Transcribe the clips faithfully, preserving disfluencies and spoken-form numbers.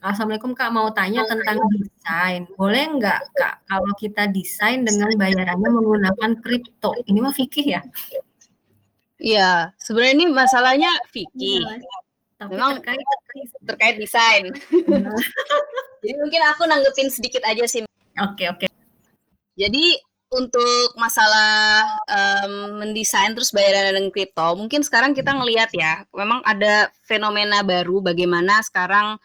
Assalamualaikum Kak, mau tanya tentang desain. Boleh nggak Kak, kalau kita desain dengan bayarannya menggunakan kripto? Ini mah fikih ya? Iya, sebenarnya ini masalahnya fikih. Iya, tapi Memang terkait terkait desain. Benar. Jadi mungkin aku nanggepin sedikit aja sih. Oke oke. Jadi untuk masalah, mmm, mendesain terus bayaran dengan kripto, mungkin sekarang kita ngelihat ya, memang ada fenomena baru bagaimana sekarang,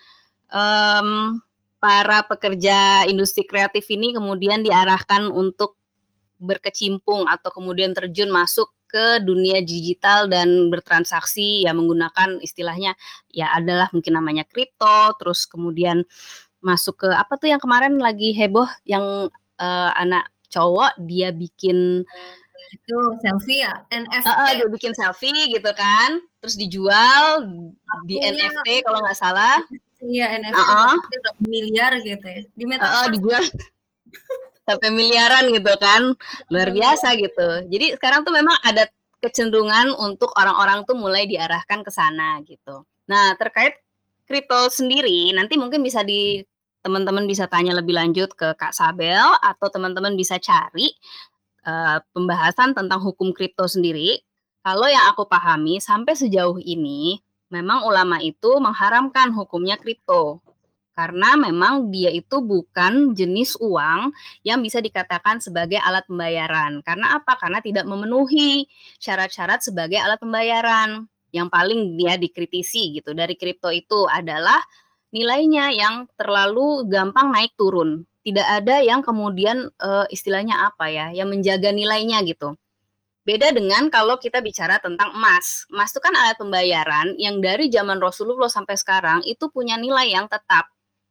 mmm, para pekerja industri kreatif ini kemudian diarahkan untuk berkecimpung atau kemudian terjun masuk ke dunia digital dan bertransaksi ya menggunakan istilahnya ya adalah mungkin namanya kripto, terus kemudian masuk ke apa tuh yang kemarin lagi heboh yang, eee, anak cowok dia bikin Itu selfie ya? heeh, NFT. dia bikin selfie gitu kan, terus dijual di Akunya N-F-T kalau nggak salah. iya N-F-T Heeh. berarti udah miliar gitu ya, di Heeh, metaverse. dijual sampai miliaran gitu kan, luar biasa gitu. Jadi sekarang tuh memang ada kecenderungan untuk orang-orang tuh mulai diarahkan ke sana gitu. Nah, terkait kripto sendiri, nanti mungkin bisa di teman-teman bisa tanya lebih lanjut ke Kak Sabel atau teman-teman bisa cari, eee, pembahasan tentang hukum kripto sendiri. Kalau yang aku pahami sampai sejauh ini, memang ulama itu mengharamkan hukumnya kripto. Karena memang dia itu bukan jenis uang yang bisa dikatakan sebagai alat pembayaran. Karena apa? Karena tidak memenuhi syarat-syarat sebagai alat pembayaran. Yang paling dia dikritisi gitu dari kripto itu adalah nilainya yang terlalu gampang naik turun. Tidak ada yang kemudian, eee, istilahnya apa ya, yang menjaga nilainya gitu. Beda dengan kalau kita bicara tentang emas. Emas itu kan alat pembayaran yang dari zaman Rasulullah sampai sekarang itu punya nilai yang tetap.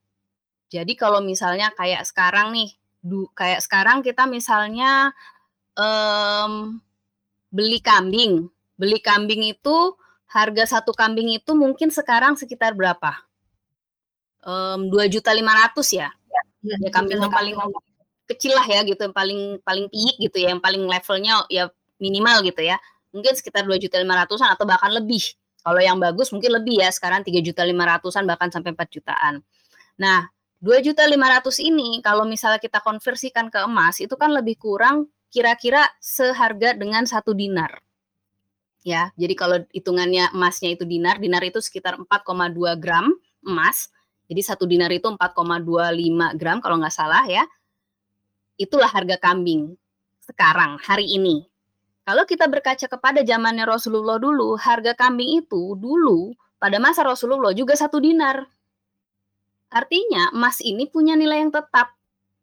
Jadi kalau misalnya kayak sekarang nih, du kayak sekarang kita misalnya, mmm, beli kambing, beli kambing itu harga satu kambing itu mungkin sekarang sekitar berapa? Mmm, dua juta lima ratus ya? Iya, Ya betul kambing yang paling sekali. kecil lah ya gitu, yang paling paling piik gitu ya, yang paling levelnya ya minimal gitu ya. Mungkin sekitar dua juta lima ratusan atau bahkan lebih. Kalau yang bagus mungkin lebih ya, sekarang tiga juta lima ratusan bahkan sampai empat jutaan. Nah, dua juta lima ratus ini kalau misalnya kita konversikan ke emas, itu kan lebih kurang kira-kira seharga dengan satu dinar. Ya, jadi kalau hitungannya emasnya itu dinar, dinar itu sekitar empat koma dua gram emas. Jadi satu dinar itu empat koma dua lima gram kalau nggak salah ya. Itulah harga kambing sekarang, hari ini. Kalau kita berkaca kepada zamannya Rasulullah dulu, harga kambing itu dulu pada masa Rasulullah juga satu dinar. Artinya emas ini punya nilai yang tetap.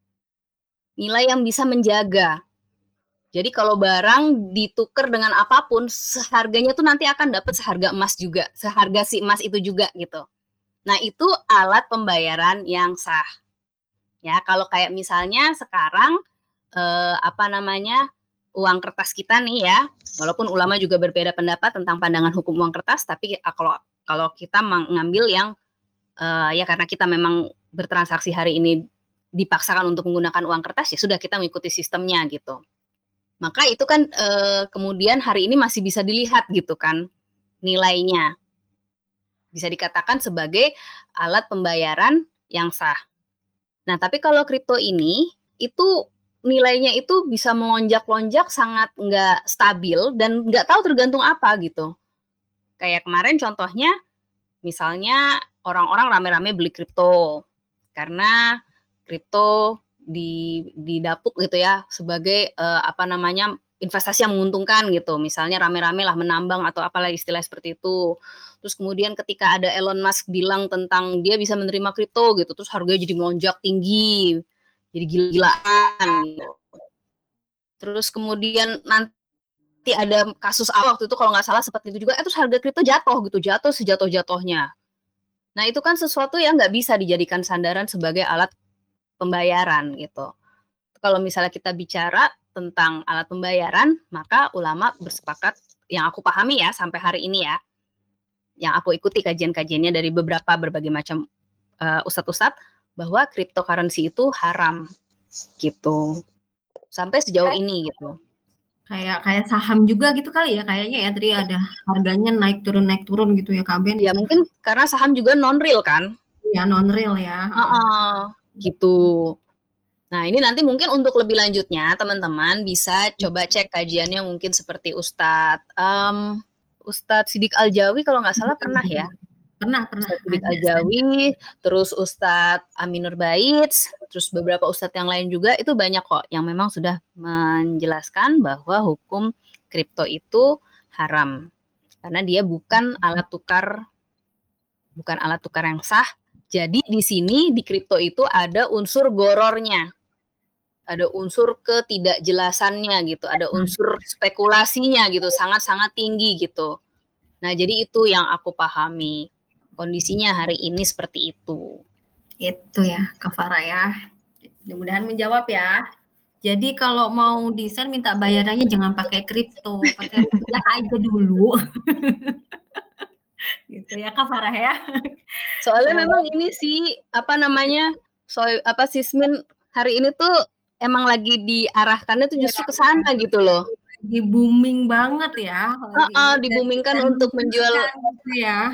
Nilai yang bisa menjaga. Jadi kalau barang ditukar dengan apapun, seharganya tuh nanti akan dapat seharga emas juga, seharga si emas itu juga gitu. Nah, itu alat pembayaran yang sah. Ya, kalau kayak misalnya sekarang eee, apa namanya, uang kertas kita nih ya, walaupun ulama juga berbeda pendapat tentang pandangan hukum uang kertas, tapi a kalau kalau kita mengambil yang, eee, ya karena kita memang bertransaksi hari ini dipaksakan untuk menggunakan uang kertas, ya sudah kita mengikuti sistemnya gitu. Maka itu kan, eee, kemudian hari ini masih bisa dilihat gitu kan, nilainya. Bisa dikatakan sebagai alat pembayaran yang sah. Nah, tapi kalau kripto ini, itu nilainya itu bisa melonjak-lonjak sangat nggak stabil dan nggak tahu tergantung apa gitu. Kayak kemarin contohnya, misalnya orang-orang rame-rame beli kripto, karena kripto di didapuk gitu ya sebagai, eee, apa namanya, investasi yang menguntungkan gitu. Misalnya rame-rame lah menambang atau apalah istilah seperti itu. Terus kemudian ketika ada Elon Musk bilang tentang dia bisa menerima kripto gitu, terus harganya jadi melonjak tinggi, jadi gila-gilaan gitu. Terus kemudian nanti ada kasus A waktu itu kalau nggak salah seperti itu juga, eh terus harga kripto jatuh gitu, jatuh sejatuh-jatuhnya. Nah itu kan sesuatu yang nggak bisa dijadikan sandaran sebagai alat pembayaran gitu. Kalau misalnya kita bicara tentang alat pembayaran, maka ulama bersepakat yang aku pahami ya sampai hari ini ya, yang aku ikuti kajian-kajiannya dari beberapa berbagai macam, eee, ustad-ustad, bahwa cryptocurrency itu haram, gitu. Sampai sejauh ini gitu. Kayak kayak saham juga gitu kali ya kayaknya ya, tadi ada harganya naik turun naik turun gitu ya Kak Ben Ya gitu. mungkin karena saham juga non real kan? ya, non real ya, heeh. Heeh, gitu. Nah, ini nanti mungkin untuk lebih lanjutnya teman-teman bisa coba cek kajiannya mungkin seperti Ustadz, mmm, Ustadz Shidiq Al-Jawi kalau nggak salah pernah ya. Pernah pernah, Ustadz Shidiq ada saya. Al-Jawi, terus Ustadz Amin Nur Baidz, terus beberapa ustadz yang lain juga, itu banyak kok yang memang sudah menjelaskan bahwa hukum kripto itu haram. Karena dia bukan alat tukar bukan alat tukar yang sah. Jadi di sini di kripto itu ada unsur gharornya. Ada unsur ketidakjelasannya gitu, ada unsur spekulasinya gitu, sangat-sangat tinggi gitu. Nah, jadi itu yang aku pahami. Kondisinya hari ini seperti itu. Itu ya, Kak Farah ya. Mudah-mudahan menjawab ya. Jadi kalau mau desain minta bayarannya jangan pakai kripto, pakai rupiah aja dulu. Gitu ya, Kak Farah ya. Soalnya Semoga memang ini sih, apa namanya, soy apa, Sismin hari ini tuh emang lagi diarahkannya tuh Iya, justru ke sana gitu loh. lagi booming banget ya, lagi Heeh, ini dan di-booming-kan dan untuk menjual gitu ya.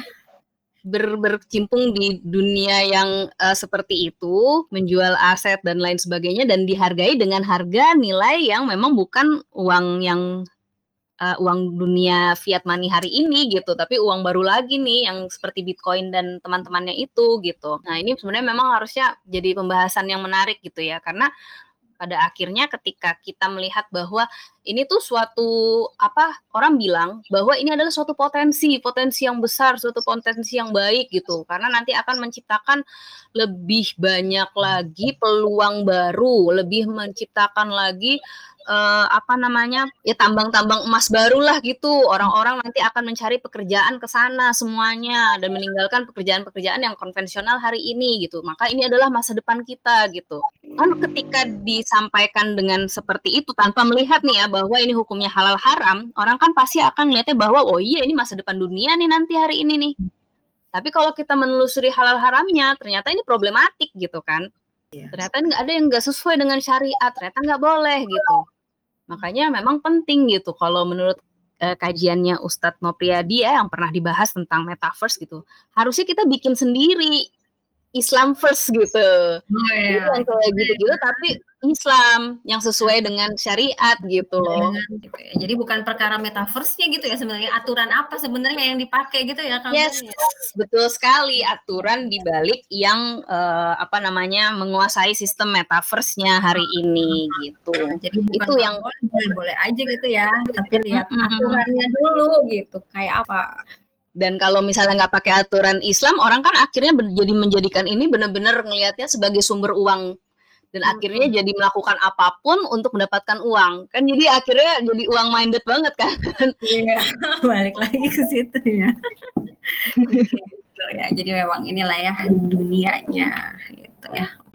ber berkecimpung di dunia yang, eee, seperti itu, menjual aset dan lain sebagainya dan dihargai dengan harga nilai yang memang bukan uang yang, eee, uang dunia fiat money hari ini gitu, tapi uang baru lagi nih yang seperti Bitcoin dan teman-temannya itu gitu. Nah, ini sebenarnya memang harusnya jadi pembahasan yang menarik gitu ya, karena pada akhirnya ketika kita melihat bahwa ini tuh suatu apa, orang bilang bahwa ini adalah suatu potensi, potensi yang besar, suatu potensi yang baik gitu. Karena nanti akan menciptakan lebih banyak lagi peluang baru, lebih menciptakan lagi, eee, apa namanya, ya tambang-tambang emas barulah gitu. Orang-orang nanti akan mencari pekerjaan ke sana semuanya dan meninggalkan pekerjaan-pekerjaan yang konvensional hari ini gitu. Maka ini adalah masa depan kita gitu. Kan ketika disampaikan dengan seperti itu tanpa melihat nih ya bahwa ini hukumnya halal haram, orang kan pasti akan melihatnya bahwa, "Oh iya ini masa depan dunia nih nanti hari ini nih." Tapi kalau kita menelusuri halal haramnya, ternyata ini problematik gitu kan. Iya. Ternyata nggak ada yang nggak sesuai dengan syariat, ternyata nggak boleh gitu. Makanya memang penting gitu kalau menurut, eee, kajiannya Ustadz Nopriyadi ya yang pernah dibahas tentang metaverse gitu, harusnya kita bikin sendiri, Islam first gitu. Oh Jadi iya, yang itu kayak bener gitu-gitu ya. tapi Islam, yang sesuai dengan syariat gitu loh. Dengan gitu ya. Jadi bukan perkara metaverse-nya gitu ya sebenarnya, aturan apa sebenarnya yang dipakai gitu ya, Kak Yes, Fer ya? betul sekali aturan di balik yang, eee, apa namanya, menguasai sistem metaverse-nya hari ini Heeh, gitu. jadi bukan Itu nggak yang boleh, boleh-boleh aja gitu ya, tapi lihat mhm. aturannya dulu gitu, kayak apa. Dan kalau misalnya nggak pakai aturan Islam, orang kan akhirnya ben jadi menjadikan ini benar-benar ngelihatnya sebagai sumber uang. Dan akhirnya Mhm. jadi melakukan apapun untuk mendapatkan uang. Kan jadi akhirnya jadi uang minded banget kan. Iya, balik lagi ke situ ya. Gitu ya, jadi memang inilah ya dunianya gitu ya.